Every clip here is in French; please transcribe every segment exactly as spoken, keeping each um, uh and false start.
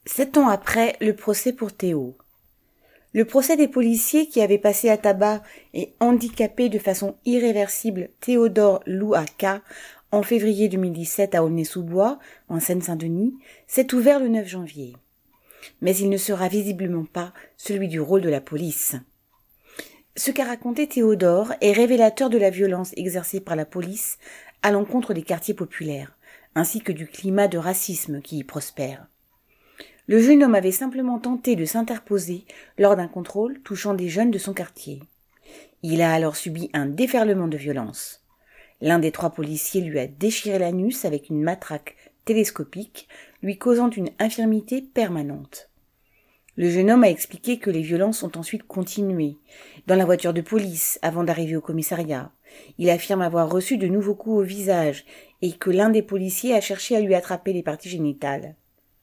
Sept ans après, le procès pour Théo. Le procès des policiers qui avaient passé à tabac et handicapé de façon irréversible Théodore Louaka en février deux mille dix-sept à Aulnay-sous-Bois, en Seine-Saint-Denis, s'est ouvert le neuf janvier. Mais il ne sera visiblement pas celui du rôle de la police. Ce qu'a raconté Théodore est révélateur de la violence exercée par la police à l'encontre des quartiers populaires, ainsi que du climat de racisme qui y prospère. Le jeune homme avait simplement tenté de s'interposer lors d'un contrôle touchant des jeunes de son quartier. Il a alors subi un déferlement de violence. L'un des trois policiers lui a déchiré l'anus avec une matraque télescopique, lui causant une infirmité permanente. Le jeune homme a expliqué que les violences ont ensuite continué, dans la voiture de police, avant d'arriver au commissariat. Il affirme avoir reçu de nouveaux coups au visage et que l'un des policiers a cherché à lui attraper les parties génitales.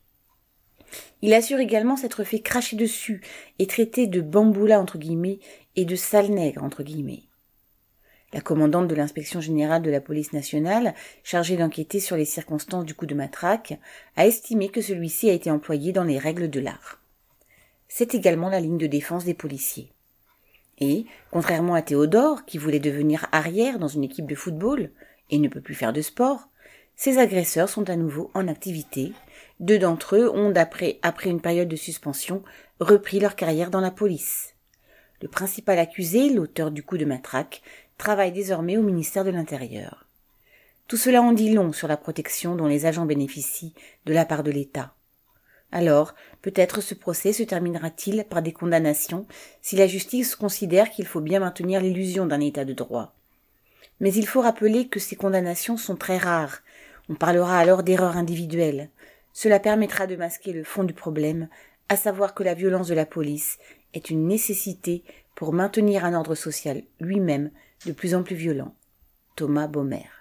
Il assure également s'être fait cracher dessus et traité de bamboula entre guillemets et de sale nègre entre guillemets. La commandante de l'inspection générale de la police nationale, chargée d'enquêter sur les circonstances du coup de matraque, a estimé que celui-ci a été employé dans les règles de l'art. C'est également la ligne de défense des policiers. Et, contrairement à Théodore, qui voulait devenir arrière dans une équipe de football et ne peut plus faire de sport, ces agresseurs sont à nouveau en activité. Deux d'entre eux ont, d'après, après une période de suspension, repris leur carrière dans la police. Le principal accusé, l'auteur du coup de matraque, travaille désormais au ministère de l'Intérieur. Tout cela en dit long sur la protection dont les agents bénéficient de la part de l'État. Alors, peut-être ce procès se terminera-t-il par des condamnations si la justice considère qu'il faut bien maintenir l'illusion d'un état de droit. Mais il faut rappeler que ces condamnations sont très rares. On parlera alors d'erreurs individuelles. Cela permettra de masquer le fond du problème, à savoir que la violence de la police est une nécessité pour maintenir un ordre social lui-même de plus en plus violent. Thomas Baumer.